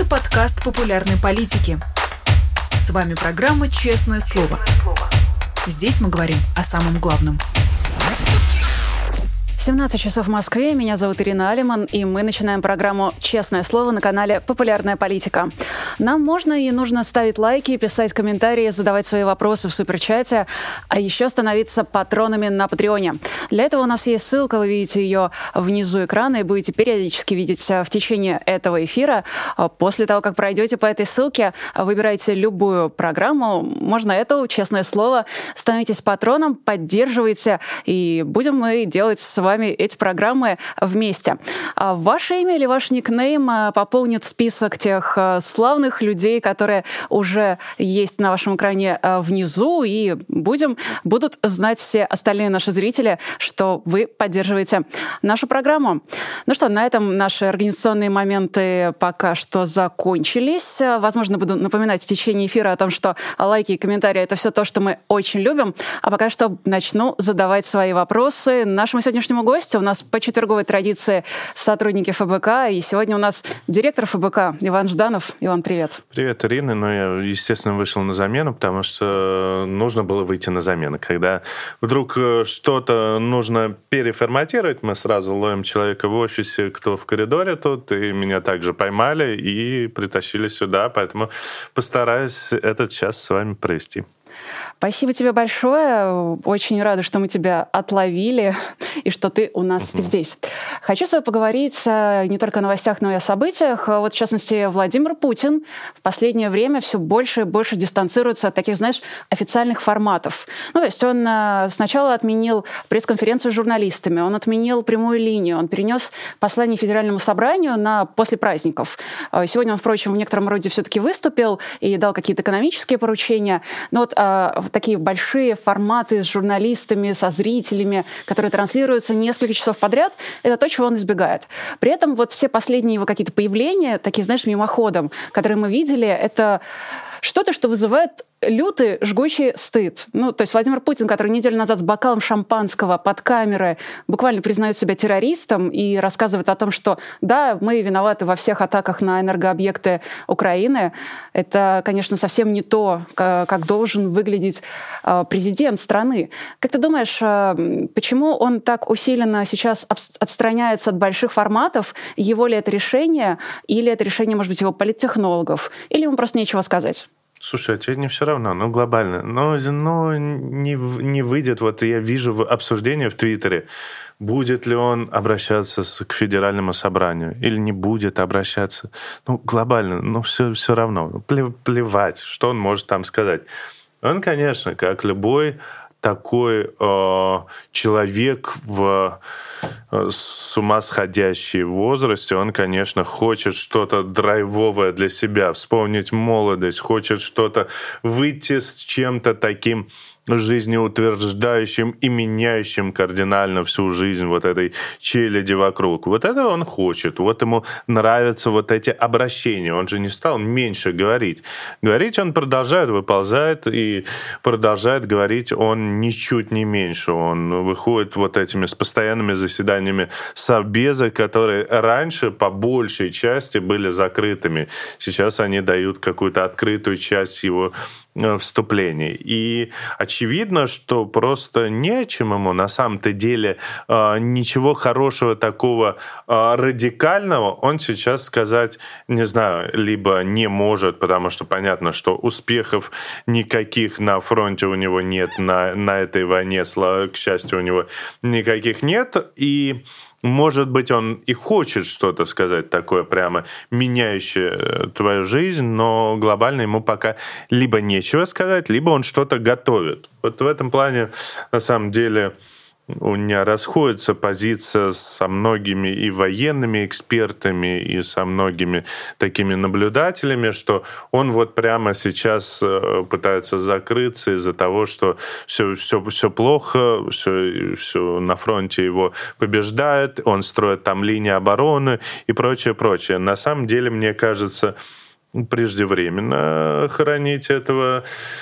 Это подкаст популярной политики. С вами программа «Честное слово». Здесь мы говорим о самом главном. 17 часов в Москве. Меня зовут Ирина Алиман, и мы начинаем программу «Честное слово» на канале «Популярная политика». Нам можно и нужно ставить лайки, писать комментарии, задавать свои вопросы в суперчате, а еще становиться патронами на Патреоне. Для этого у нас есть ссылка, вы видите ее внизу экрана и будете периодически видеть в течение этого эфира. После того, как пройдете по этой ссылке, выбирайте любую программу, можно эту, «Честное слово», становитесь патроном, поддерживайте, и будем мы делать с вами эти программы вместе. Ваше имя или ваш никнейм пополнит список тех славных людей, которые уже есть на вашем экране внизу, и будут знать все остальные наши зрители, что вы поддерживаете нашу программу. Ну что, на этом наши организационные моменты пока что закончились. Возможно, буду напоминать в течение эфира о том, что лайки и комментарии — это все то, что мы очень любим. А пока что начну задавать свои вопросы нашему сегодняшнему гостю. У нас по четверговой традиции сотрудники ФБК, и сегодня у нас директор ФБК Иван Жданов. Иван, привет. Привет, Ирина. Я, естественно, вышел на замену, потому что нужно было выйти на замену. Когда вдруг что-то нужно переформатировать, мы сразу ловим человека в офисе, кто в коридоре тут, и меня также поймали и притащили сюда, поэтому постараюсь этот час с вами провести. Спасибо тебе большое. Очень рада, что мы тебя отловили и что ты у нас здесь. Хочу с тобой поговорить не только о новостях, но и о событиях. Вот, в частности, Владимир Путин в последнее время все больше и больше дистанцируется от таких, знаешь, официальных форматов. Ну, то есть он сначала отменил пресс-конференцию с журналистами, он отменил прямую линию, он перенес послание Федеральному собранию на после праздников. Сегодня он, впрочем, в некотором роде все-таки выступил и дал какие-то экономические поручения. Но вот такие большие форматы с журналистами, со зрителями, которые транслируются несколько часов подряд, это то, чего он избегает. При этом вот все последние его какие-то появления, такие, знаешь, мимоходом, которые мы видели, это что-то, что вызывает лютый, жгучий стыд. Ну, то есть Владимир Путин, который неделю назад с бокалом шампанского под камерой буквально признает себя террористом и рассказывает о том, что да, мы виноваты во всех атаках на энергообъекты Украины. Это, конечно, совсем не то, как должен выглядеть президент страны. Как ты думаешь, почему он так усиленно сейчас отстраняется от больших форматов? Его ли это решение? Или это решение, может быть, его политтехнологов? Или ему просто нечего сказать? Слушай, а тебе не все равно, глобально. Не выйдет, вот я вижу обсуждение в Твиттере, будет ли он обращаться к Федеральному собранию или не будет обращаться. Глобально, все равно. Плевать, что он может там сказать. Он, конечно, как любой такой человек с ума сходящий в возрасте, он, конечно, хочет что-то драйвовое для себя, вспомнить молодость, хочет что-то выйти с чем-то таким жизнеутверждающим и меняющим кардинально всю жизнь вот этой челяди вокруг. Вот это он хочет. Вот ему нравятся вот эти обращения. Он же не стал меньше говорить. Говорить он продолжает, выползает и продолжает говорить он ничуть не меньше. Он выходит вот этими с постоянными заседаниями Совбеза, которые раньше по большей части были закрытыми. Сейчас они дают какую-то открытую часть его вступлений. И очевидно, что просто нечем ему на самом-то деле ничего хорошего такого радикального он сейчас сказать, не знаю, либо не может, потому что понятно, что успехов никаких на фронте у него нет, на этой войне, к счастью, у него никаких нет, и может быть, он и хочет что-то сказать такое прямо меняющее твою жизнь, но глобально ему пока либо нечего сказать, либо он что-то готовит. Вот в этом плане, на самом деле, у меня расходится позиция со многими и военными экспертами, и со многими такими наблюдателями, что он вот прямо сейчас пытается закрыться из-за того, что все плохо, все на фронте его побеждает, он строит там линии обороны и прочее. На самом деле, мне кажется, преждевременно хоронить этого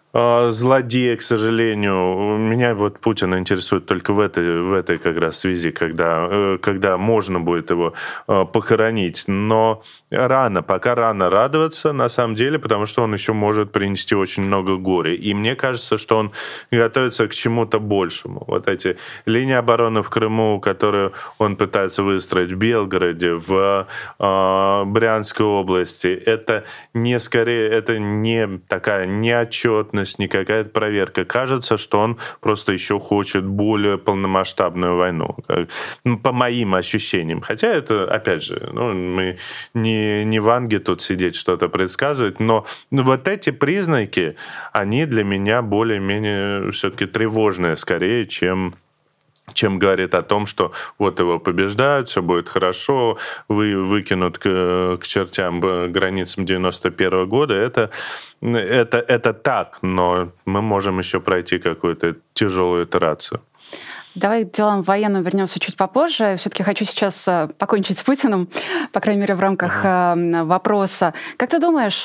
злодея, к сожалению. Меня вот Путин интересует только в этой как раз связи, когда можно будет его похоронить. Но пока рано радоваться, на самом деле, потому что он еще может принести очень много горя. И мне кажется, что он готовится к чему-то большему. Вот эти линии обороны в Крыму, которые он пытается выстроить в Белгороде, в Брянской области, это не такая неотчетность, не какая-то проверка. Кажется, что он просто еще хочет более полномасштабную войну, по моим ощущениям. Хотя это, опять же, мы не Ванге тут сидеть что-то предсказывать, но вот эти признаки, они для меня более-менее все-таки тревожные скорее, чем говорит о том, что вот его побеждают, все будет хорошо, выкинут к чертям границам 91 года. Это так, но мы можем еще пройти какую-то тяжелую итерацию. Давай к делам военным вернемся чуть попозже. Все-таки хочу сейчас покончить с Путиным, по крайней мере, в рамках вопроса. Как ты думаешь,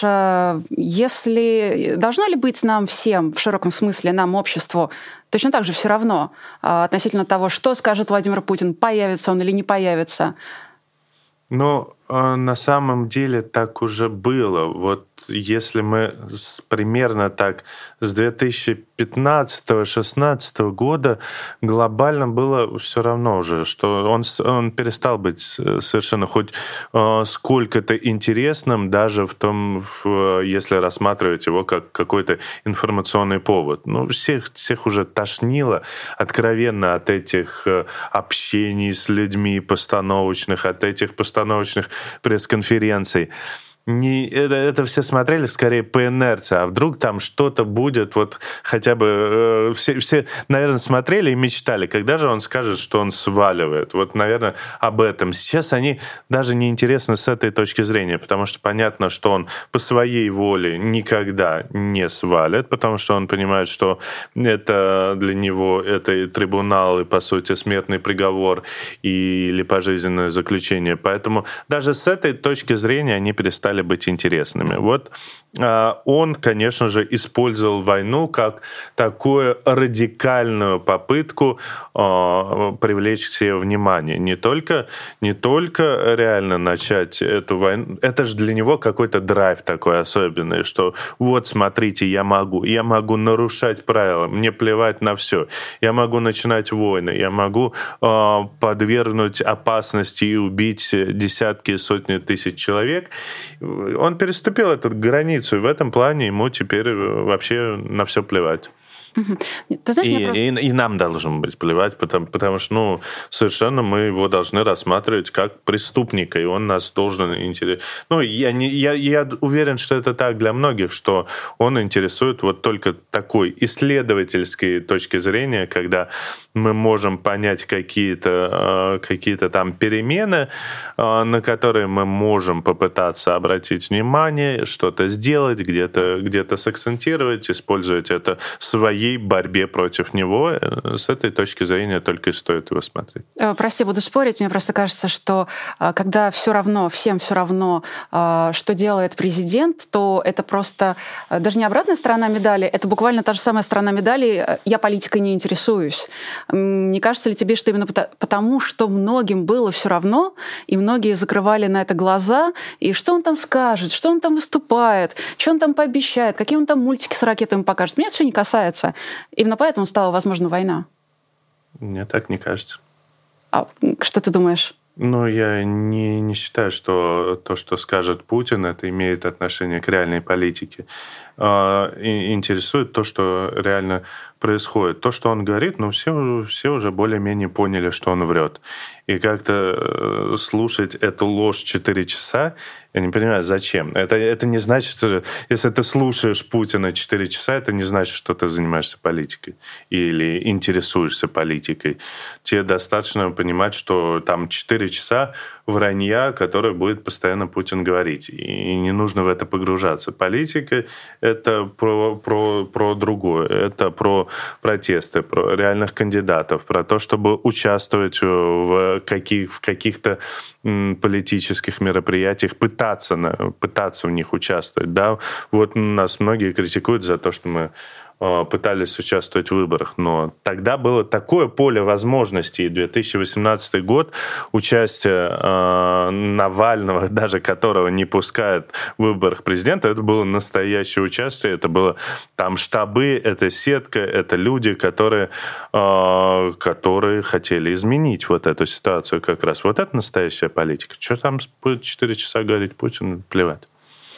должно ли быть нам всем, в широком смысле, нам, обществу, точно так же все равно относительно того, что скажет Владимир Путин, появится он или не появится? На самом деле так уже было. Вот если мы примерно так с 2015-2016 года глобально было все равно уже, что он перестал быть совершенно хоть сколько-то интересным, даже если рассматривать его как какой-то информационный повод. Всех уже тошнило откровенно от этих общений с людьми постановочных, от этих постановочных пресс-конференций. Это все смотрели скорее по инерции, а вдруг там что-то будет, вот хотя бы все, наверное, смотрели и мечтали, когда же он скажет, что он сваливает. Вот, наверное, об этом. Сейчас они даже не интересны с этой точки зрения, потому что понятно, что он по своей воле никогда не свалит, потому что он понимает, что это для него это и трибунал, и, по сути, смертный приговор или пожизненное заключение. Поэтому даже с этой точки зрения они перестали быть интересными. Вот он, конечно же, использовал войну как такую радикальную попытку привлечь к себе внимание. Не только реально начать эту войну. Это же для него какой-то драйв такой особенный, что вот, смотрите, я могу нарушать правила, мне плевать на все. Я могу начинать войны, я могу подвергнуть опасности и убить десятки и сотни тысяч человек. Он переступил эту границу, и в этом плане ему теперь вообще на все плевать. Ты знаешь, и нам должно быть плевать, потому что совершенно мы его должны рассматривать как преступника, и он нас должен интересовать. Я уверен, что это так для многих, что он интересует вот только такой исследовательской точки зрения, когда мы можем понять какие-то там перемены, на которые мы можем попытаться обратить внимание, что-то сделать, где-то сакцентировать, использовать это в своей борьбе против него. С этой точки зрения только и стоит его смотреть. Прости, буду спорить. Мне просто кажется, что когда всем все равно, что делает президент, то это просто даже не обратная сторона медали, это буквально та же самая сторона медали «я политикой не интересуюсь». Не кажется ли тебе, что именно потому, что многим было все равно, и многие закрывали на это глаза, и что он там скажет, что он там выступает, что он там пообещает, какие он там мультики с ракетами покажет. Меня это все не касается. Именно поэтому стала возможна война. Мне так не кажется. А что ты думаешь? Я не считаю, что то, что скажет Путин, это имеет отношение к реальной политике. Интересует то, что реально происходит. То, что он говорит, все уже более-менее поняли, что он врет. И как-то слушать эту ложь 4 часа, я не понимаю, зачем. Это не значит, что если ты слушаешь Путина 4 часа, это не значит, что ты занимаешься политикой или интересуешься политикой. Тебе достаточно понимать, что там 4 часа вранья, которое будет постоянно Путин говорить. И не нужно в это погружаться. Политика — это про другое. Это про протесты, про реальных кандидатов, про то, чтобы участвовать в каких-то политических мероприятиях, пытаться в них участвовать. Да? Вот нас многие критикуют за то, что мы пытались участвовать в выборах. Но тогда было такое поле возможностей. 2018 год, участие Навального, даже которого не пускают в выборах президента, это было настоящее участие. Это было там штабы, это сетка, это люди, которые хотели изменить вот эту ситуацию как раз. Вот это настоящая политика. Что там будет 4 часа говорить Путину? Плевать.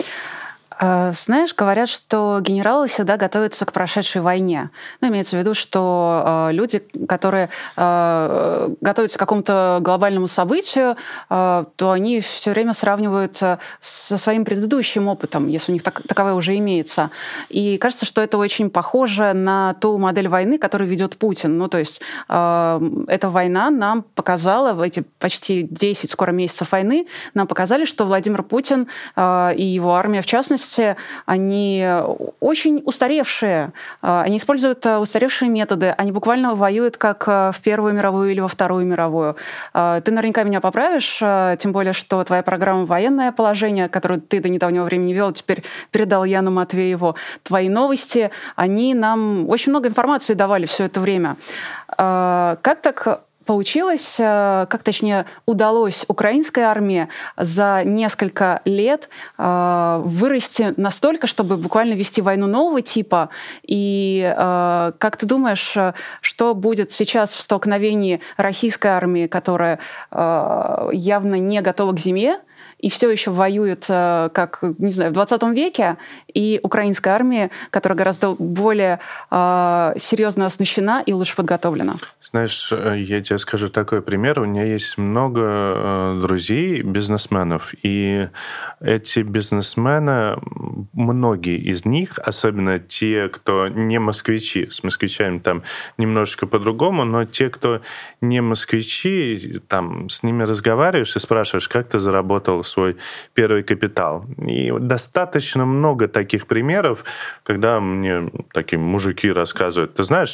Знаешь, говорят, что генералы всегда готовятся к прошедшей войне. Ну, имеется в виду, что люди, которые готовятся к какому-то глобальному событию, то они все время сравнивают со своим предыдущим опытом, если у них таковое уже имеется. И кажется, что это очень похоже на ту модель войны, которую ведет Путин. Ну, то есть эта война нам показала, в эти почти 10 скоро месяцев войны, нам показали, что Владимир Путин и его армия, в частности, они очень устаревшие, они используют устаревшие методы, они буквально воюют как в Первую мировую или во Вторую мировую. Ты наверняка меня поправишь, тем более, что твоя программа «Военное положение», которую ты до недавнего времени вел, теперь передал Яну Матвееву. Твои новости, они нам очень много информации давали все это время. Как так получилось, как точнее удалось украинской армии за несколько лет вырасти настолько, чтобы буквально вести войну нового типа? И как ты думаешь, что будет сейчас в столкновении российской армии, которая явно не готова к зиме, и все еще воюет, как, не знаю, в 20 веке, и украинская армия, которая гораздо более серьезно оснащена и лучше подготовлена? Знаешь, я тебе скажу такой пример. У меня есть много друзей, бизнесменов, и эти бизнесмены, многие из них, особенно те, кто не москвичи, с москвичами там немножечко по-другому, но те, кто не москвичи, там с ними разговариваешь и спрашиваешь, как ты заработал свой первый капитал. И достаточно много таких примеров, когда мне такие мужики рассказывают. Ты знаешь,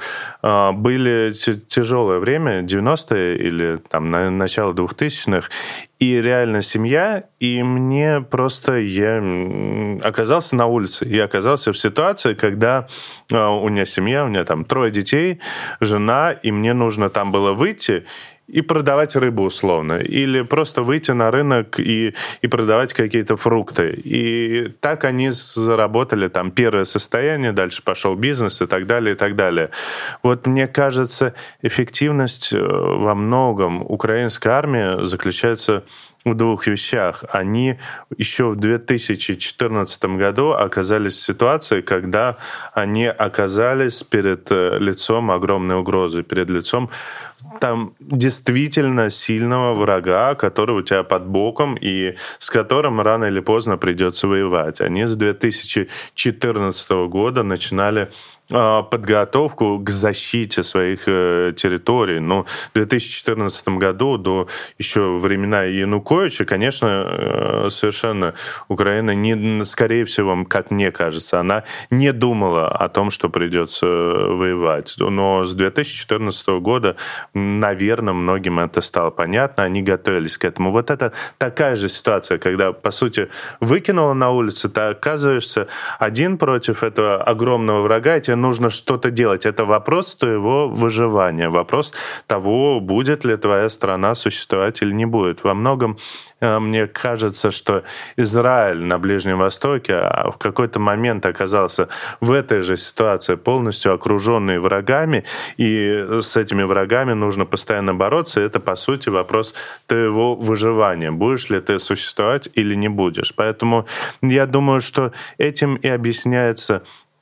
были тяжелое время, 90-е или там начало 2000-х, и реально семья, и мне просто... Я оказался на улице, я оказался в ситуации, когда у меня семья, у меня там 3 детей, жена, и мне нужно там было выйти и продавать рыбу условно, или просто выйти на рынок и продавать какие-то фрукты. И так они заработали там первое состояние, дальше пошел бизнес и так далее, и так далее. Вот мне кажется, эффективность во многом украинской армии заключается в 2 вещах. Они еще в 2014 году оказались в ситуации, когда они оказались перед лицом огромной угрозы, перед лицом там действительно сильного врага, который у тебя под боком и с которым рано или поздно придется воевать. Они с 2014 года начинали подготовку к защите своих территорий. Но в 2014 году, до еще времена Януковича, конечно, совершенно Украина, скорее всего, как мне кажется, она не думала о том, что придется воевать. Но с 2014 года, наверное, многим это стало понятно, они готовились к этому. Вот это такая же ситуация, когда, по сути, выкинула на улицу, ты оказываешься один против этого огромного врага, и тебе нужно что-то делать. Это вопрос твоего выживания, вопрос того, будет ли твоя страна существовать или не будет. Во многом мне кажется, что Израиль на Ближнем Востоке в какой-то момент оказался в этой же ситуации, полностью окруженный врагами, и с этими врагами нужно постоянно бороться. Это, по сути, вопрос твоего выживания. Будешь ли ты существовать или не будешь. Поэтому я думаю, что этим и объясняется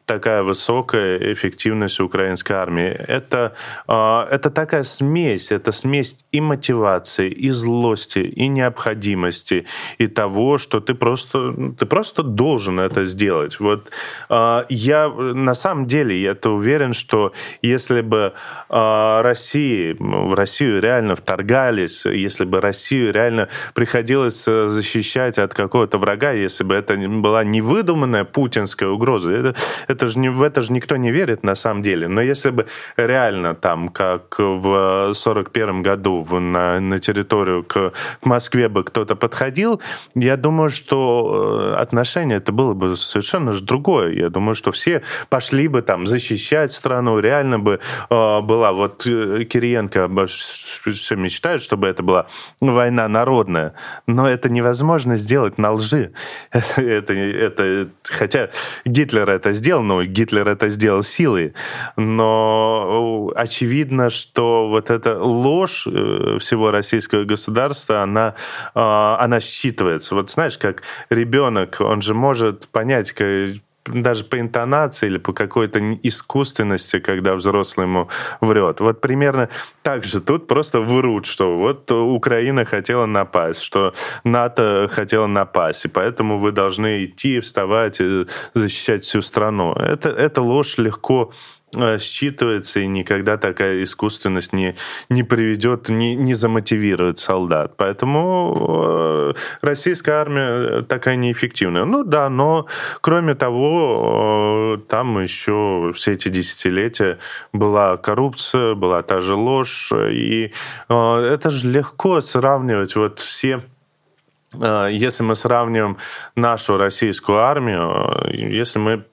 такая высокая эффективность украинской армии. Это такая смесь, это смесь и мотивации, и злости, и необходимости, и того, что ты просто должен это сделать. Вот я на самом деле я-то уверен, что если бы в Россию реально вторгались, если бы Россию реально приходилось защищать от какого-то врага, если бы это была невыдуманная путинская угроза, в это же никто не верит на самом деле. Но если бы реально там, как в 1941 году на территорию к Москве бы кто-то подходил, я думаю, что отношение это было бы совершенно же другое. Я думаю, что все пошли бы там защищать страну. Реально бы была... Вот Кириенко все мечтает, чтобы это была война народная. Но это невозможно сделать на лжи. Хотя Гитлер это сделал, но Гитлер это сделал силой. Но очевидно, что вот эта ложь всего российского государства, она считывается. Вот знаешь, как ребенок, он же может понять, даже по интонации или по какой-то искусственности, когда взрослый ему врет. Вот примерно так же тут просто врут, что вот Украина хотела напасть, что НАТО хотела напасть, и поэтому вы должны идти, вставать и защищать всю страну. Эта ложь легко считывается, и никогда такая искусственность не приведет, не замотивирует солдат. Поэтому российская армия такая неэффективная. Ну да, но кроме того, там еще все эти десятилетия была коррупция, была та же ложь, и это же легко сравнивать вот все. Если мы сравниваем нашу российскую армию, если мы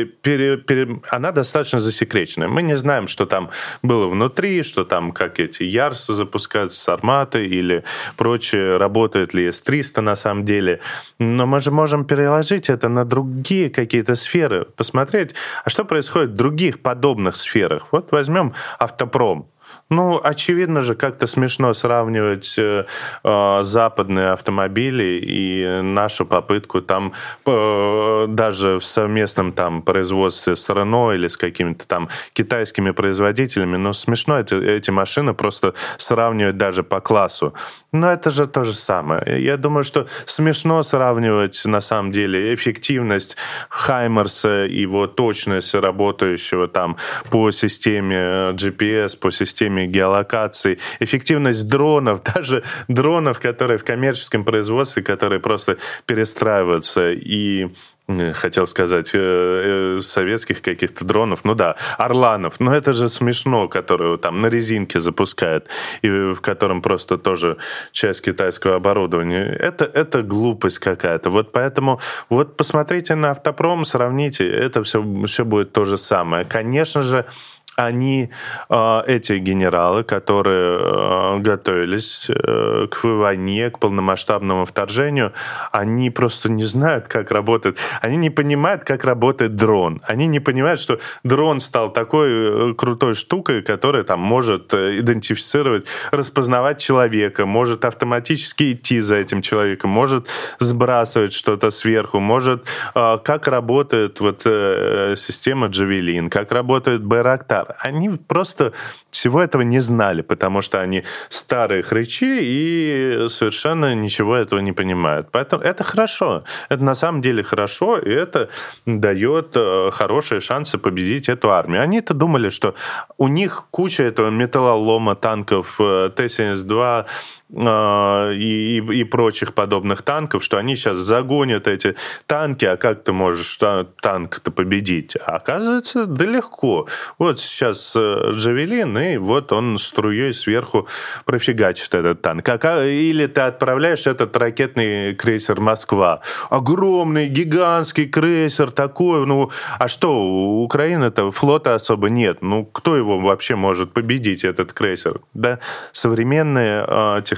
она достаточно засекреченная. Мы не знаем, что там было внутри, что там, как эти Ярсы запускаются, Сарматы или прочее, работает ли С-300 на самом деле. Но мы же можем переложить это на другие какие-то сферы, посмотреть, а что происходит в других подобных сферах. Вот возьмем автопром. Ну, очевидно же, как-то смешно сравнивать западные автомобили и нашу попытку там даже в совместном там производстве с Рено или с какими-то там китайскими производителями. Но смешно эти машины просто сравнивать даже по классу. Но это же то же самое. Я думаю, что смешно сравнивать на самом деле эффективность Хаймерса и его точность работающего там по системе GPS, по системе геолокации, эффективность дронов, даже дронов, которые в коммерческом производстве, которые просто перестраиваются и хотел сказать, советских каких-то дронов, ну да, Орланов, но это же смешно, которые там на резинке запускают, и в котором просто тоже часть китайского оборудования. Это глупость какая-то. Вот поэтому вот посмотрите на автопром, сравните, это все будет то же самое. Конечно же, эти генералы, которые готовились к войне, к полномасштабному вторжению, они просто не знают, как работает. Они не понимают, как работает дрон. Они не понимают, что дрон стал такой крутой штукой, которая там может идентифицировать, распознавать человека, может автоматически идти за этим человеком, может сбрасывать что-то сверху, может как работает вот система Джавелин, как работает Байрактар. Они просто всего этого не знали, потому что они старые хрычи и совершенно ничего этого не понимают. Поэтому это хорошо. Это на самом деле хорошо, и это дает хорошие шансы победить эту армию. Они-то думали, что у них куча этого металлолома, танков Т-72 и прочих подобных танков, что они сейчас загонят эти танки, а как ты можешь танк-то победить? А оказывается, да легко. Вот сейчас Джавелин, и вот он струей сверху профигачит этот танк. Или ты отправляешь этот ракетный крейсер «Москва». Огромный, гигантский крейсер такой. Ну, а что, у Украины-то флота особо нет. Ну, кто его вообще может победить, этот крейсер? Да, современные технологии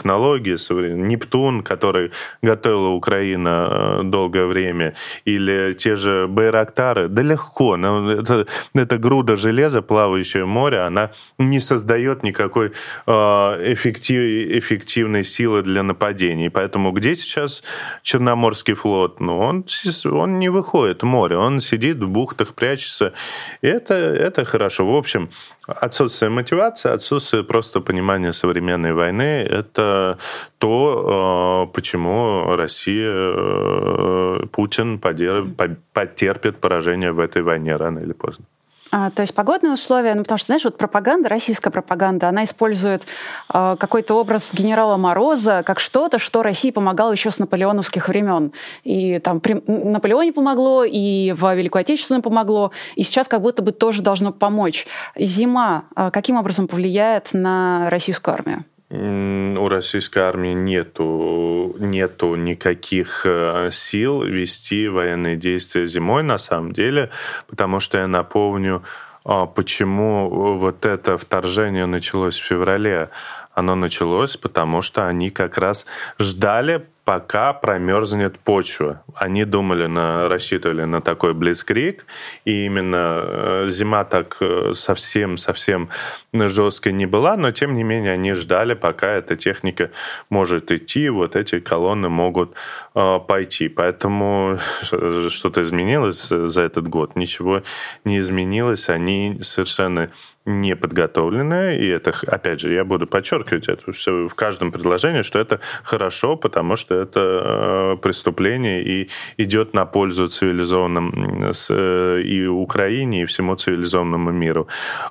технологии, Нептун, который готовила Украина долгое время, или те же Байрактары, да легко. Это груда железа, плавающая в море, она не создает никакой эффективной силы для нападений. Поэтому где сейчас Черноморский флот? Он не выходит в море, он сидит в бухтах, прячется. И это хорошо. В общем, отсутствие мотивации, отсутствие просто понимания современной войны — это то, почему Россия, Путин потерпит поражение в этой войне рано или поздно. То есть погодные условия, потому что, знаешь, вот пропаганда, российская пропаганда, она использует какой-то образ генерала Мороза как что-то, что России помогало еще с наполеоновских времен. И там при Наполеоне помогло, и в Великую Отечественную помогло, и сейчас как будто бы тоже должно помочь. Зима каким образом повлияет на российскую армию? У российской армии нету никаких сил вести военные действия зимой, на самом деле, потому что я напомню, почему вот это вторжение началось в феврале. Оно началось, потому что они как раз ждали, пока промерзнет почва. Они рассчитывали на такой блицкриг, и именно зима так совсем жесткой не была, но тем не менее они ждали, пока эта техника может идти, вот эти колонны могут пойти. Поэтому что-то изменилось за этот год? Ничего не изменилось, они совершенно не подготовленные, и это, опять же, я буду подчеркивать это все в каждом предложении, что это хорошо, потому что это преступление и идет на пользу цивилизованным и Украине, и всему цивилизованному миру.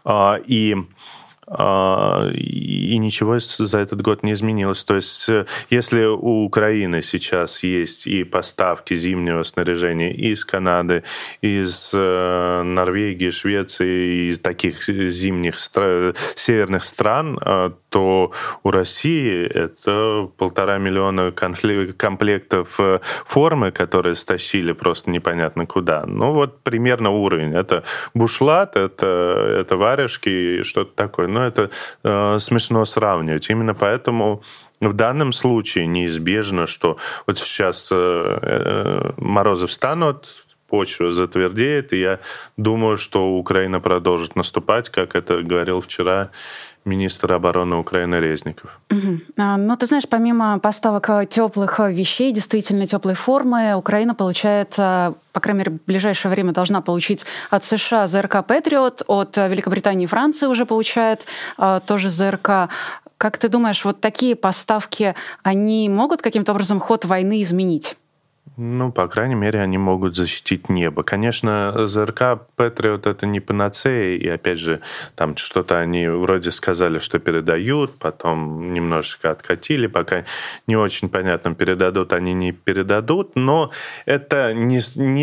И ничего за этот год не изменилось. То есть, если у Украины сейчас есть и поставки зимнего снаряжения из Канады, из Норвегии, Швеции, из таких зимних северных стран, то у России это 1,5 миллиона комплектов формы, которые стащили просто непонятно куда. Вот примерно уровень. Это бушлат, это варежки, что-то такое. Но это смешно сравнивать. Именно поэтому в данном случае неизбежно, что вот сейчас морозы встанут, почва затвердеет, и я думаю, что Украина продолжит наступать, как это говорил вчера министр обороны Украины Резников. Ну, ты знаешь, помимо поставок теплых вещей, действительно теплой формы, Украина получает, по крайней мере, в ближайшее время должна получить от США ЗРК «Патриот», от Великобритании и Франции уже получает тоже ЗРК. Как ты думаешь, вот такие поставки, они могут каким-то образом ход войны изменить? По крайней мере, они могут защитить небо. Конечно, ЗРК «Патриот» — это не панацея, и, опять же, там что-то они вроде сказали, что передают, потом немножечко откатили, пока не очень понятно, передадут они, не передадут, но это не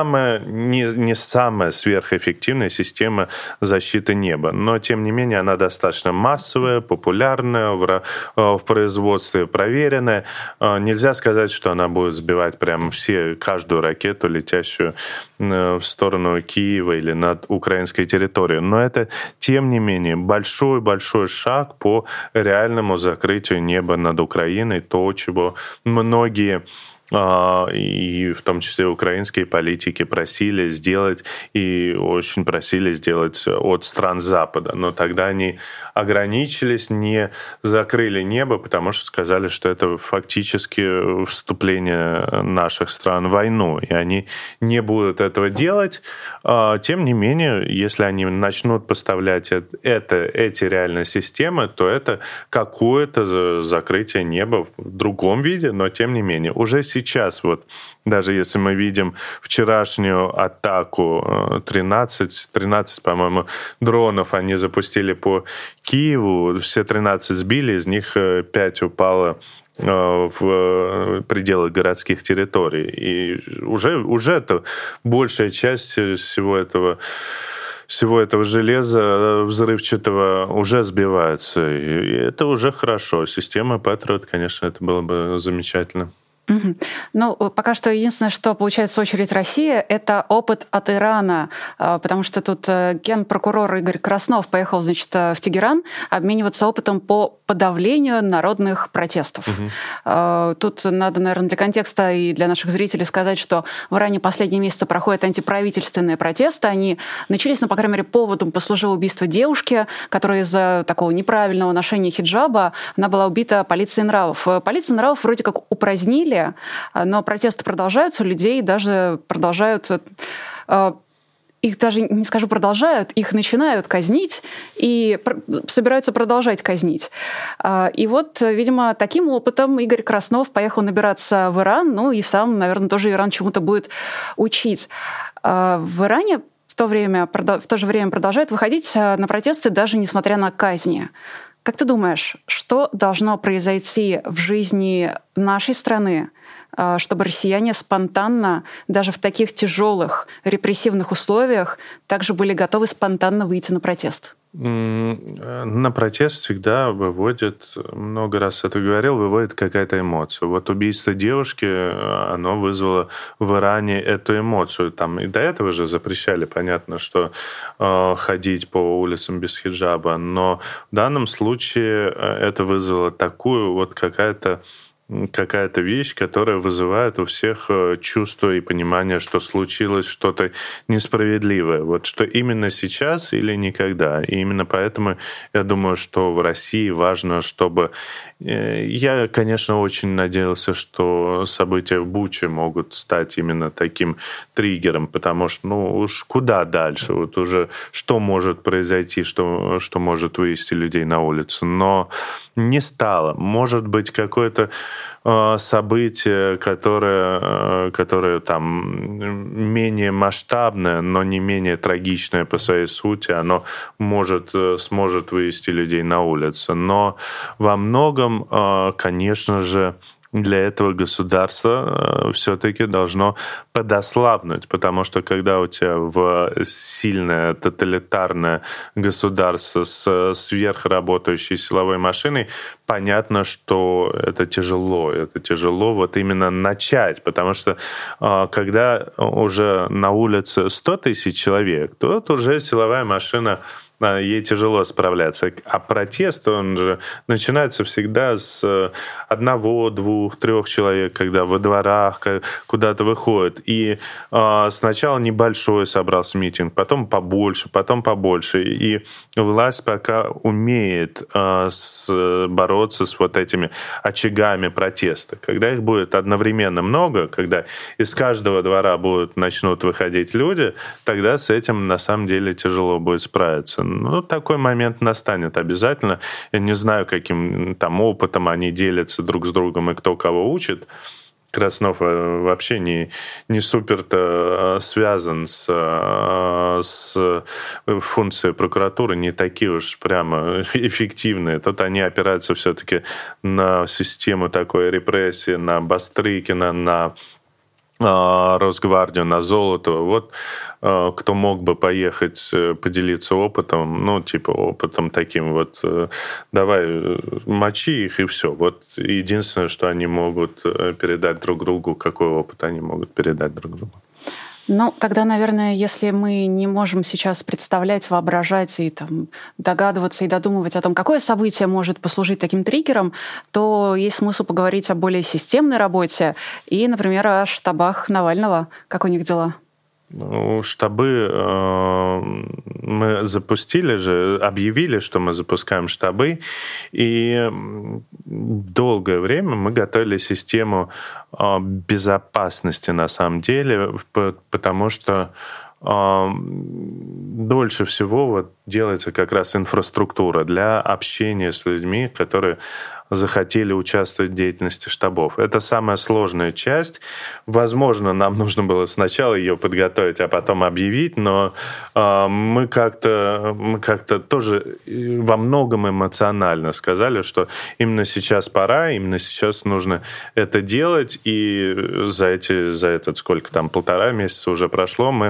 самая сверхэффективная система защиты неба. Но, тем не менее, она достаточно массовая, популярная, в производстве проверенная. Нельзя сказать, что она будет сбивать прям каждую ракету, летящую в сторону Киева или над украинской территорией. Но это, тем не менее, большой-большой шаг по реальному закрытию неба над Украиной, то, чего многие и в том числе украинские политики просили сделать и очень просили сделать от стран Запада. Но тогда они ограничились, не закрыли небо, потому что сказали, что это фактически вступление наших стран в войну, и они не будут этого делать. Тем не менее, если они начнут поставлять эти реальные системы, то это какое-то закрытие неба в другом виде, но тем не менее. Уже сейчас, вот даже если мы видим вчерашнюю атаку, 13, по-моему, дронов они запустили по Киеву, все 13 сбили, из них 5 упало в пределах городских территорий. И уже это большая часть всего этого железа взрывчатого уже сбивается. И это уже хорошо. Система Патриот, конечно, это было бы замечательно. Угу. Ну, пока что единственное, что получается в очередь Россия, это опыт от Ирана, потому что тут генпрокурор Игорь Краснов поехал, значит, в Тегеран обмениваться опытом по подавлению народных протестов. Угу. Тут надо, наверное, для контекста и для наших зрителей сказать, что в Иране последние месяцы проходят антиправительственные протесты. Они начались, по крайней мере, поводом послужило убийство девушки, которая из-за такого неправильного ношения хиджаба, она была убита полицией нравов. Полицию нравов вроде как упразднили, но протесты продолжаются, людей даже продолжают, их даже не скажу продолжают, их начинают казнить и собираются продолжать казнить. И вот, видимо, таким опытом Игорь Краснов поехал набираться в Иран, ну и сам, наверное, тоже Иран чему-то будет учить. В Иране в то же время продолжают выходить на протесты даже несмотря на казни. Как ты думаешь, что должно произойти в жизни нашей страны, чтобы россияне спонтанно, даже в таких тяжелых репрессивных условиях, также были готовы спонтанно выйти на протест? На протест всегда выводит, много раз это говорил, выводит какая-то эмоция. Вот убийство девушки, оно вызвало в Иране эту эмоцию. Там и до этого же запрещали, понятно, что ходить по улицам без хиджаба, но в данном случае это вызвало такую вот какая-то вещь, которая вызывает у всех чувство и понимание, что случилось что-то несправедливое. Вот что именно сейчас или никогда. И именно поэтому я думаю, что в России важно, чтобы... Я, конечно, очень надеялся, что события в Буче могут стать именно таким триггером, потому что, уж куда дальше? Вот уже что может произойти, что может вывести людей на улицу. Но не стало. Может быть, какое-то событие, которое там менее масштабное, но не менее трагичное по своей сути, оно сможет вывести людей на улицу. Но во многом, конечно же, для этого государство все-таки должно подослабнуть, потому что когда у тебя сильное тоталитарное государство с сверхработающей силовой машиной, понятно, что это тяжело. Это тяжело вот именно начать, потому что когда уже на улице 100 тысяч человек, то это уже силовая машина, ей тяжело справляться. А протест, он же начинается всегда с 1, 2, 3 человек, когда во дворах куда-то выходят. И сначала небольшой собрался митинг, потом побольше. И власть пока умеет бороться с вот этими очагами протеста. Когда их будет одновременно много, когда из каждого двора начнут выходить люди, тогда с этим на самом деле тяжело будет справиться. Такой момент настанет обязательно. Я не знаю, каким там опытом они делятся друг с другом и кто кого учит. Краснов вообще не супер-то связан с функцией прокуратуры, не такие уж прямо эффективные. Тут они опираются все-таки на систему такой репрессии, на Бастрыкина, на Росгвардию, на Золотого. Вот кто мог бы поехать поделиться опытом, опытом таким вот, давай мочи их и все. Вот единственное, что они могут передать друг другу, какой опыт они могут передать друг другу. Тогда, наверное, если мы не можем сейчас представлять, воображать и догадываться и додумывать о том, какое событие может послужить таким триггером, то есть смысл поговорить о более системной работе и, например, о штабах Навального. Как у них дела? Штабы мы объявили, что мы запускаем штабы, и долгое время мы готовили систему безопасности на самом деле, потому что дольше всего делается как раз инфраструктура для общения с людьми, которые захотели участвовать в деятельности штабов. Это самая сложная часть. Возможно, нам нужно было сначала ее подготовить, а потом объявить, но мы как-то тоже во многом эмоционально сказали, что именно сейчас пора, именно сейчас нужно это делать, и за этот сколько там, 1,5 месяца уже прошло, мы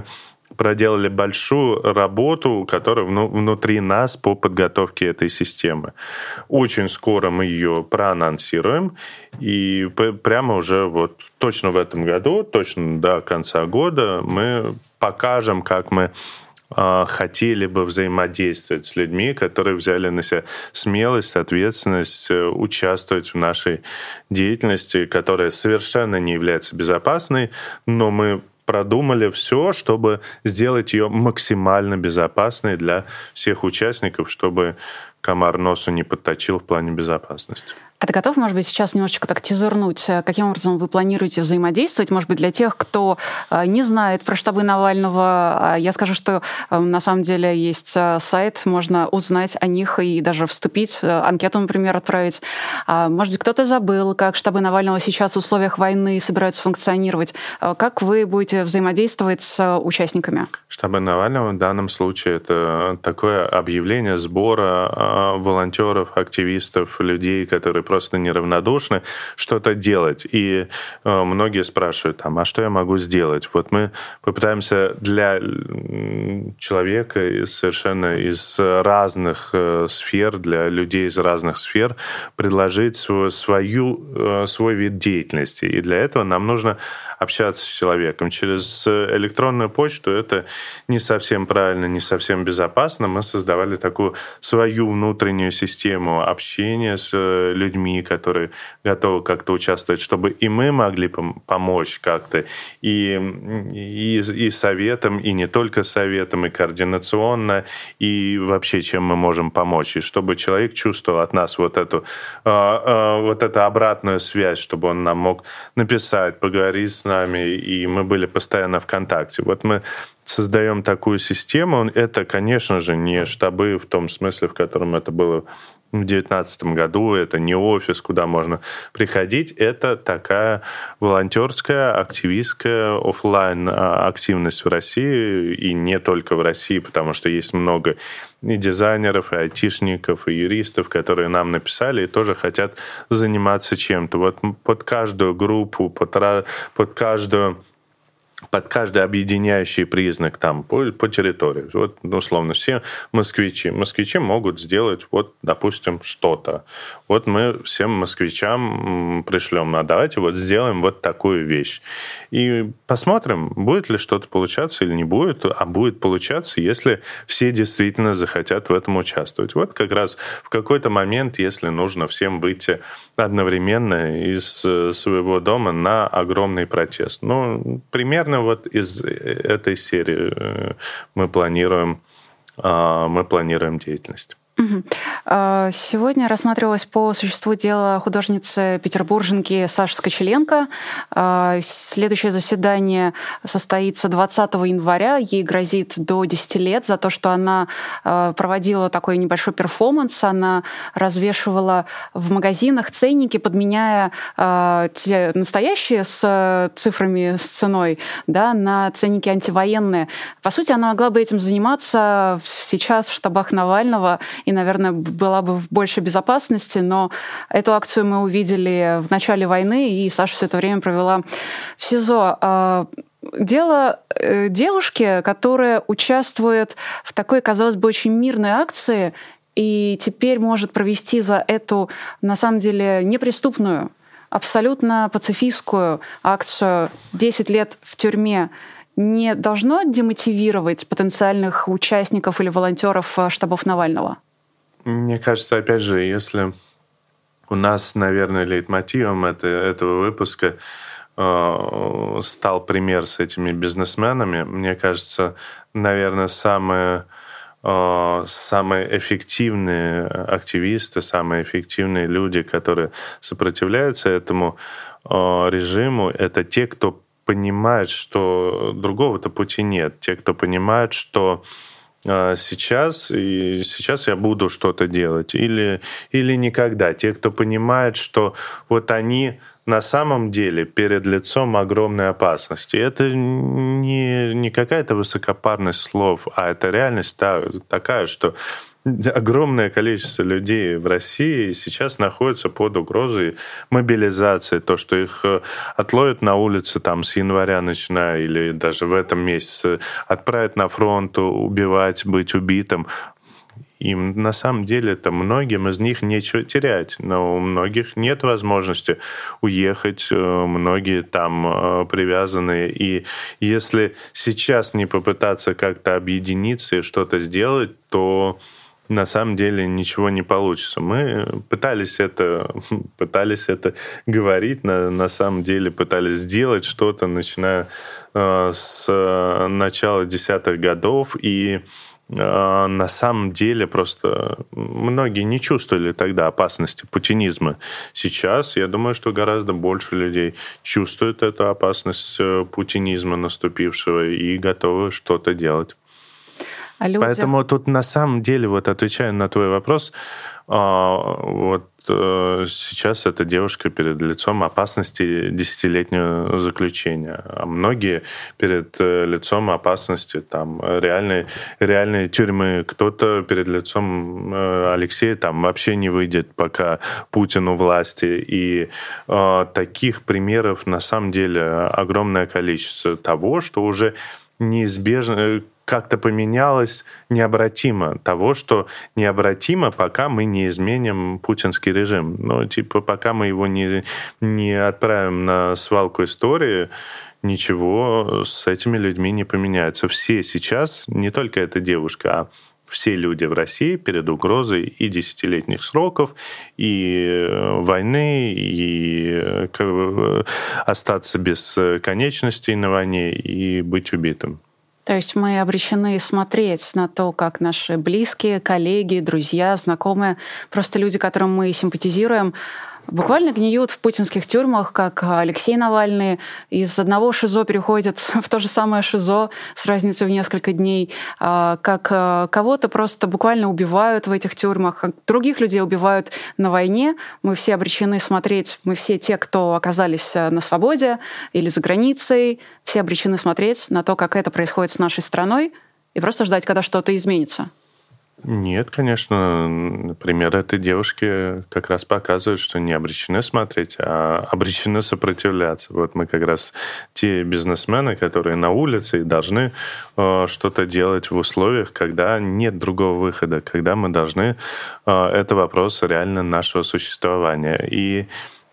проделали большую работу, которая внутри нас по подготовке этой системы. Очень скоро мы ее проанонсируем, и прямо уже вот точно в этом году, точно до конца года мы покажем, как мы хотели бы взаимодействовать с людьми, которые взяли на себя смелость, ответственность участвовать в нашей деятельности, которая совершенно не является безопасной, но мы продумали все, чтобы сделать ее максимально безопасной для всех участников, чтобы комар носу не подточил в плане безопасности. А ты готов, может быть, сейчас немножечко так тизернуть, каким образом вы планируете взаимодействовать? Может быть, для тех, кто не знает про штабы Навального, я скажу, что на самом деле есть сайт, можно узнать о них и даже вступить, анкету, например, отправить. Может быть, кто-то забыл, как штабы Навального сейчас в условиях войны собираются функционировать. Как вы будете взаимодействовать с участниками? Штабы Навального в данном случае это такое объявление сбора волонтеров, активистов, людей, которые просто неравнодушны, что-то делать. И многие спрашивают, а что я могу сделать? Вот мы попытаемся для человека совершенно из разных сфер, для людей из разных сфер предложить свой вид деятельности. И для этого нам нужно общаться с человеком. Через электронную почту это не совсем правильно, не совсем безопасно. Мы создавали такую свою внутреннюю систему общения с людьми, которые готовы как-то участвовать, чтобы и мы могли помочь как-то и советом, и не только советом, и координационно, и вообще чем мы можем помочь. И чтобы человек чувствовал от нас вот эту обратную связь, чтобы он нам мог написать, поговорить с нами, и мы были постоянно в контакте. Вот мы создаем такую систему. Это, конечно же, не штабы в том смысле, в котором это было в 2019 году. Это не офис, куда можно приходить. Это такая волонтерская, активистская офлайн активность в России. И не только в России, потому что есть много и дизайнеров, и айтишников, и юристов, которые нам написали и тоже хотят заниматься чем-то. Вот под каждую группу, под каждый объединяющий признак там по территории. Вот, условно, все москвичи. Москвичи могут сделать, вот, допустим, что-то. Вот мы всем москвичам пришлем, давайте вот сделаем вот такую вещь. И посмотрим, будет ли что-то получаться или не будет, а будет получаться, если все действительно захотят в этом участвовать. Вот как раз в какой-то момент, если нужно всем выйти одновременно из своего дома на огромный протест. Ну, примерно вот из этой серии мы планируем деятельность. Сегодня рассматривалось по существу дело художницы петербурженки Саши Скочеленко. Следующее заседание состоится 20 января. Ей грозит до 10 лет за то, что она проводила такой небольшой перформанс. Она развешивала в магазинах ценники, подменяя те настоящие с цифрами, с ценой, да, на ценники антивоенные. По сути, она могла бы этим заниматься сейчас в штабах Навального и, наверное, была бы в большей безопасности, но эту акцию мы увидели в начале войны, и Саша все это время провела в СИЗО. Дело девушки, которая участвует в такой, казалось бы, очень мирной акции, и теперь может провести за эту, на самом деле, неприступную, абсолютно пацифистскую акцию 10 лет в тюрьме, не должно демотивировать потенциальных участников или волонтеров штабов Навального? Мне кажется, опять же, если у нас, наверное, лейтмотивом этого выпуска стал пример с этими бизнесменами, мне кажется, наверное, самые эффективные активисты, самые эффективные люди, которые сопротивляются этому режиму, это те, кто понимает, что другого-то пути нет. Те, кто понимает, что сейчас я буду что-то делать или никогда. Те, кто понимает, что вот они на самом деле перед лицом огромной опасности. Это не какая-то высокопарность слов, а это реальность такая, что огромное количество людей в России сейчас находится под угрозой мобилизации. То, что их отловят на улице там, с января начиная или даже в этом месяце, отправят на фронт, убивать, быть убитым. Им на самом деле-то многим из них нечего терять, но у многих нет возможности уехать, многие там привязаны. И если сейчас не попытаться как-то объединиться и что-то сделать, то на самом деле ничего не получится. Мы пытались это говорить, на самом деле пытались сделать что-то, начиная с начала десятых годов, и на самом деле просто многие не чувствовали тогда опасности путинизма. Сейчас, я думаю, что гораздо больше людей чувствуют эту опасность путинизма наступившего и готовы что-то делать. Поэтому тут на самом деле, вот отвечая на твой вопрос, вот сейчас эта девушка перед лицом опасности 10-летнего заключения, а многие перед лицом опасности там, реальной тюрьмы. Кто-то перед лицом Алексея там вообще не выйдет, пока Путин у власти. И таких примеров на самом деле огромное количество того, что уже неизбежно как-то поменялось необратимо. Того, что необратимо, пока мы не изменим путинский режим. Ну, типа, пока мы его не отправим на свалку истории, ничего с этими людьми не поменяется. Все сейчас, не только эта девушка, а все люди в России перед угрозой и 10-летних сроков, и войны, и остаться без конечностей на войне, и быть убитым. То есть мы обречены смотреть на то, как наши близкие, коллеги, друзья, знакомые, просто люди, которым мы симпатизируем, буквально гниют в путинских тюрьмах, как Алексей Навальный из одного ШИЗО переходит в то же самое ШИЗО с разницей в несколько дней, как кого-то просто буквально убивают в этих тюрьмах, как других людей убивают на войне. Мы все обречены смотреть, мы все те, кто оказались на свободе или за границей, все обречены смотреть на то, как это происходит с нашей страной, и просто ждать, когда что-то изменится. Нет, конечно. Например, этой девушке как раз показывают, что не обречены смотреть, а обречены сопротивляться. Вот мы как раз те бизнесмены, которые на улице и должны что-то делать в условиях, когда нет другого выхода, когда мы должны... Это вопрос реально нашего существования. И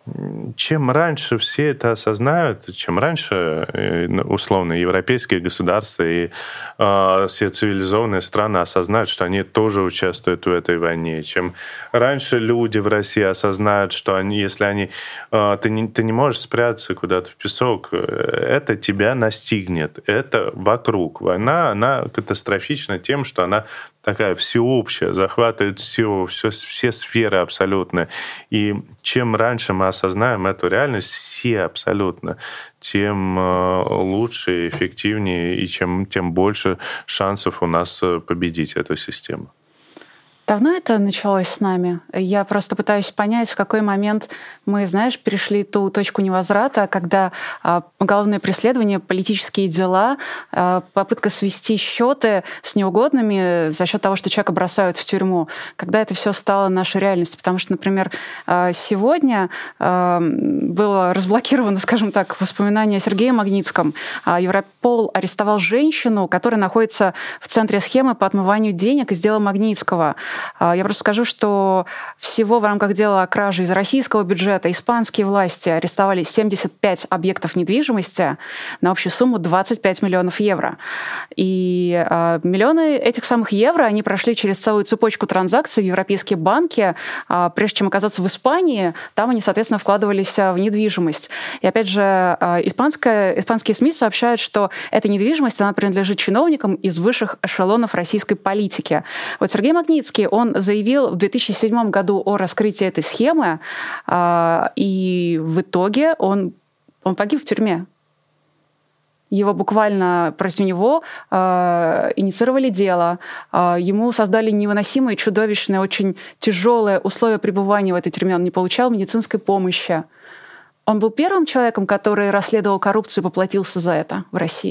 чем раньше все это осознают, чем раньше, условно, европейские государства и все цивилизованные страны осознают, что они тоже участвуют в этой войне, чем раньше люди в России осознают, что если ты не можешь спрятаться куда-то в песок, это тебя настигнет, это вокруг. Война, она катастрофична тем, что она такая всеобщая, захватывает все сферы абсолютно. И чем раньше мы осознаем эту реальность, все абсолютно, тем лучше, эффективнее и тем больше шансов у нас победить эту систему. Давно это началось с нами? Я просто пытаюсь понять, в какой момент мы, перешли ту точку невозврата, когда уголовное преследование, политические дела, попытка свести счеты с неугодными за счет того, что человека бросают в тюрьму, когда это все стало нашей реальностью. Потому что, например, сегодня было разблокировано, скажем так, воспоминание о Сергее Магнитском. Европол арестовал женщину, которая находится в центре схемы по отмыванию денег из дела Магнитского. Я просто скажу, что всего в рамках дела о краже из российского бюджета испанские власти арестовали 75 объектов недвижимости на общую сумму 25 миллионов евро. И миллионы этих самых евро, они прошли через целую цепочку транзакций в европейские банки. Прежде чем оказаться в Испании, там они, соответственно, вкладывались в недвижимость. И опять же, испанские СМИ сообщают, что эта недвижимость, она принадлежит чиновникам из высших эшелонов российской политики. Вот Сергей Магнитский, он заявил в 2007 году о раскрытии этой схемы, и в итоге он погиб в тюрьме. Его буквально против него инициировали дело. Ему создали невыносимые, чудовищные, очень тяжелые условия пребывания в этой тюрьме. Он не получал медицинской помощи. Он был первым человеком, который расследовал коррупцию и поплатился за это в России.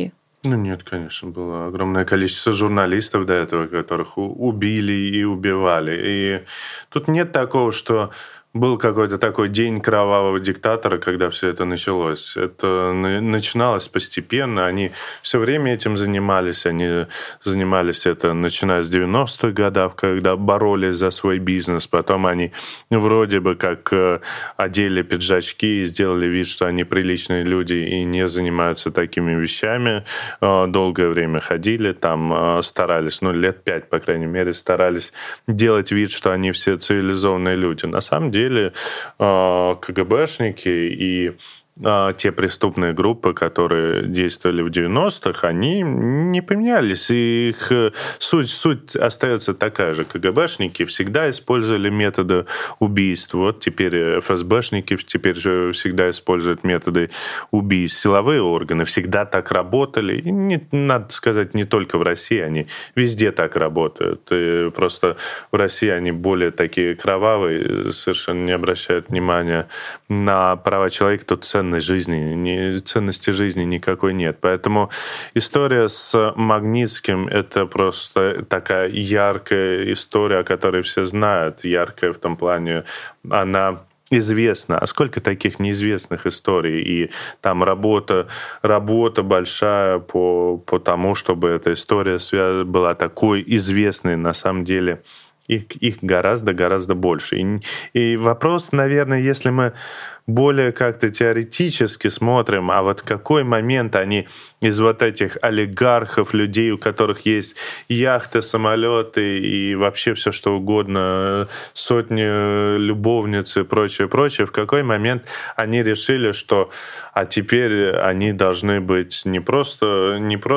Ну нет, конечно, было огромное количество журналистов до этого, которых убили и убивали. И тут нет такого, что был какой-то такой день кровавого диктатора, когда все это началось. Это начиналось постепенно. Они все время этим занимались. Они занимались это, начиная с 90-х годов, когда боролись за свой бизнес. Потом они вроде бы как одели пиджачки и сделали вид, что они приличные люди и не занимаются такими вещами. Долгое время ходили, там старались, лет 5, по крайней мере, старались делать вид, что они все цивилизованные люди. На самом деле КГБшники и те преступные группы, которые действовали в 90-х, они не поменялись. И их суть остается такая же. КГБшники всегда использовали методы убийств. Вот теперь ФСБшники теперь всегда используют методы убийств. Силовые органы всегда так работали. И надо сказать, не только в России, они везде так работают. И просто в России они более такие кровавые, совершенно не обращают внимания на права человека. Тут ценности жизни никакой нет. Поэтому история с Магнитским — это просто такая яркая история, о которой все знают. Яркая в том плане, она известна. А сколько таких неизвестных историй? И там работа большая по тому, чтобы эта история была такой известной. На самом деле их гораздо больше. И вопрос, наверное, если мы более как-то теоретически смотрим, а вот в какой момент они из вот этих олигархов, людей, у которых есть яхты, самолеты и вообще все что угодно, сотни любовниц и прочее, в какой момент они решили, что теперь они должны быть не просто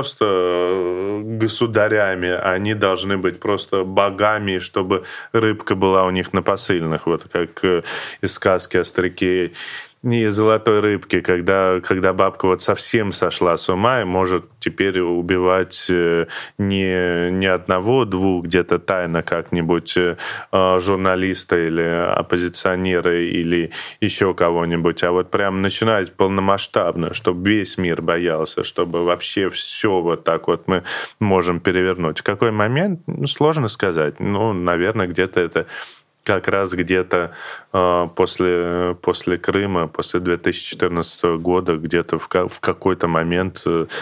государями, они должны быть просто богами, чтобы рыбка была у них на посыльных, вот как из сказки о старике и золотой рыбке, когда бабка вот совсем сошла с ума и может теперь убивать не одного-двух где-то тайно как-нибудь журналиста или оппозиционера или еще кого-нибудь, а вот прям начинать полномасштабно, чтобы весь мир боялся, чтобы вообще все вот так вот мы можем перевернуть. В какой момент? Сложно сказать. Наверное, где-то это как раз где-то после Крыма, после 2014 года, где-то в какой-то момент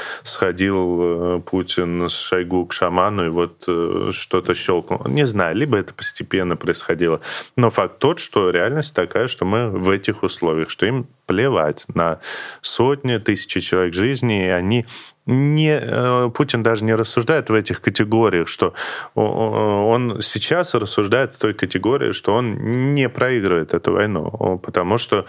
сходил Путин с Шойгу к шаману, и вот что-то щелкнуло. Не знаю, либо это постепенно происходило. Но факт тот, что реальность такая, что мы в этих условиях, что им плевать на сотни, тысячи человек жизни, и они Путин даже не рассуждает в этих категориях, что он сейчас рассуждает в той категории, что он не проигрывает эту войну, потому что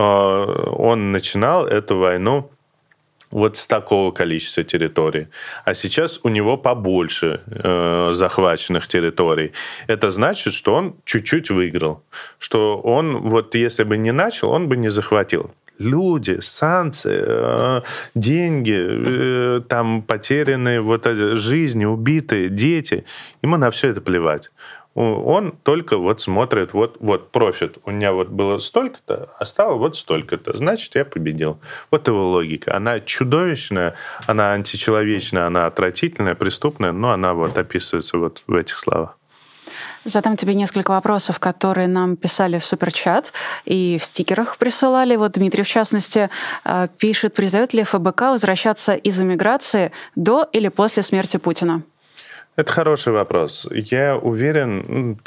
он начинал эту войну вот с такого количества территорий. А сейчас у него побольше захваченных территорий. Это значит, что он чуть-чуть выиграл. Что он, вот если бы не начал, он бы не захватил. Люди, санкции, деньги, там потерянные жизни, убитые, дети. Ему на все это плевать. Он только вот смотрит, вот профит. У меня вот было столько-то, а стало вот столько-то. Значит, я победил. Вот его логика. Она чудовищная, она античеловечная, она отвратительная, преступная, но она вот описывается вот в этих словах. Задам тебе несколько вопросов, которые нам писали в суперчат и в стикерах присылали. Вот Дмитрий, в частности, пишет, призовет ли ФБК возвращаться из эмиграции до или после смерти Путина? Это хороший вопрос. Я уверен,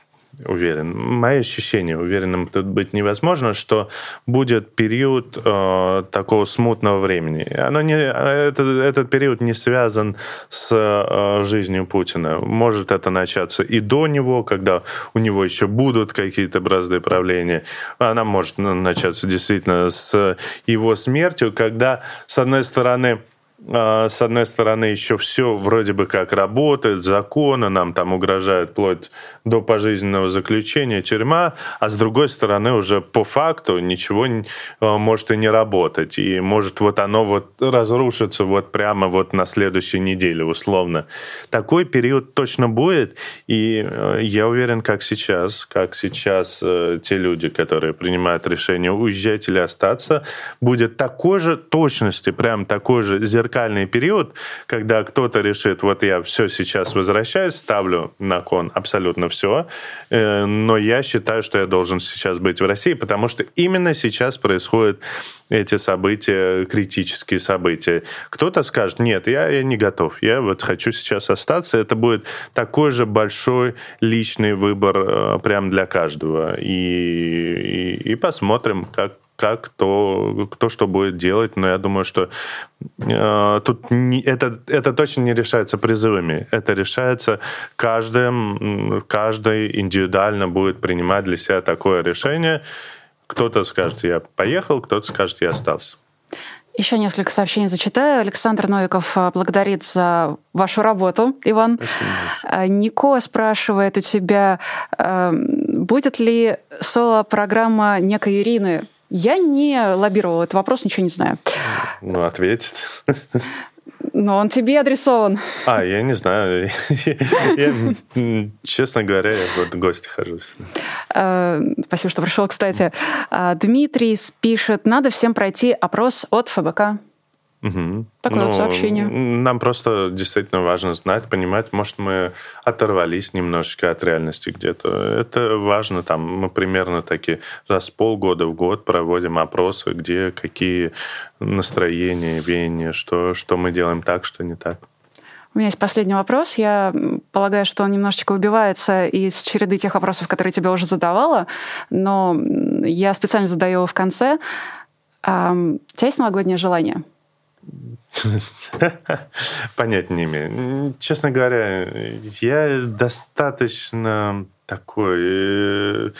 мои ощущения, уверенным тут быть невозможно, что будет период такого смутного времени. Этот период не связан с жизнью Путина. Может это начаться и до него, когда у него еще будут какие-то бразды правления. Она может начаться действительно с его смертью, когда, с одной стороны, еще все вроде бы как работает, законы нам там угрожают вплоть до пожизненного заключения, тюрьма, а с другой стороны уже по факту ничего может и не работать. И может вот оно вот разрушится вот прямо вот на следующей неделе условно. Такой период точно будет, и я уверен, как сейчас те люди, которые принимают решение уезжать или остаться, будет такой же точности, прям такой же зеркальный зеркальный период, когда кто-то решит, вот я все сейчас возвращаюсь, ставлю на кон абсолютно все, но я считаю, что я должен сейчас быть в России, потому что именно сейчас происходят эти события, критические события. Кто-то скажет, нет, я не готов, я вот хочу сейчас остаться. Это будет такой же большой личный выбор прям для каждого. И посмотрим, как кто что будет делать. Но я думаю, что тут это точно не решается призывами. Это решается каждый индивидуально будет принимать для себя такое решение. Кто-то скажет, я поехал, кто-то скажет, я остался. Еще несколько сообщений зачитаю. Александр Новиков благодарит за вашу работу, Иван. Спасибо. Нико спрашивает у тебя, будет ли соло-программа некой Ирины? Я не лоббировала этот вопрос, ничего не знаю. Ну, ответит. Но он тебе адресован. Я не знаю. Честно говоря, я вот в гости хожу. Спасибо, что пришел, кстати. Дмитрий пишет, надо всем пройти опрос от ФБК. Угу. Такое вот сообщение. Нам просто действительно важно знать, понимать. Может, мы оторвались немножечко от реальности где-то. Это важно. Там мы примерно таки раз в полгода, в год проводим опросы, где какие настроения, веяния, что мы делаем так, что не так. У меня есть последний вопрос. Я полагаю, что он немножечко выбивается из череды тех вопросов, которые я тебе уже задавала, но я специально задаю его в конце. У тебя есть новогоднее желание? Понять не имею. Честно говоря, я достаточно такой...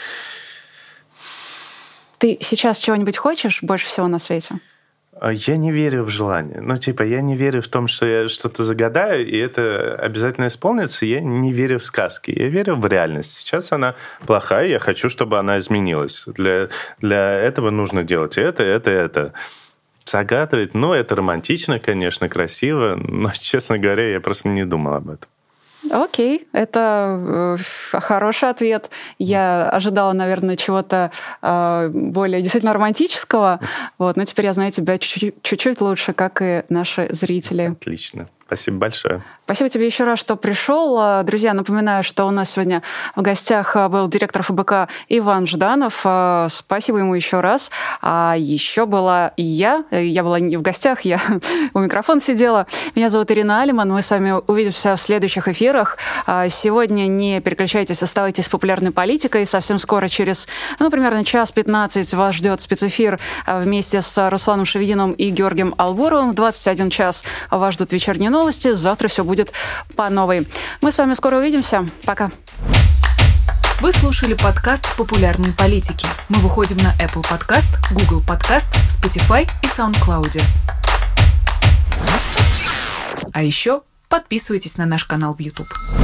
Ты сейчас чего-нибудь хочешь больше всего на свете? Я не верю в желание. Я не верю в том, что я что-то загадаю, и это обязательно исполнится. Я не верю в сказки. Я верю в реальность. Сейчас она плохая, я хочу, чтобы она изменилась. Для этого нужно делать это. Загадывать, это романтично, конечно, красиво, но, честно говоря, я просто не думал об этом. Окей, это хороший ответ. Я ожидала, наверное, чего-то более действительно романтического, но теперь я знаю тебя чуть-чуть лучше, как и наши зрители. Отлично. Спасибо большое. Спасибо тебе еще раз, что пришел. Друзья, напоминаю, что у нас сегодня в гостях был директор ФБК Иван Жданов. Спасибо ему еще раз. А еще была и я. Я была не в гостях, я у микрофона сидела. Меня зовут Ирина Алиман. Мы с вами увидимся в следующих эфирах. Сегодня не переключайтесь, оставайтесь с популярной политикой. Совсем скоро, через, примерно 1:15, вас ждет спецэфир вместе с Русланом Шевединым и Георгием Албуровым. В 21 час вас ждут вечерние новости. Завтра все будет по новой. Мы с вами скоро увидимся. Пока. Вы слушали подкаст «Популярные политики». Мы выходим на Apple Podcast, Google Podcast, Spotify и SoundCloud. А еще подписывайтесь на наш канал в YouTube.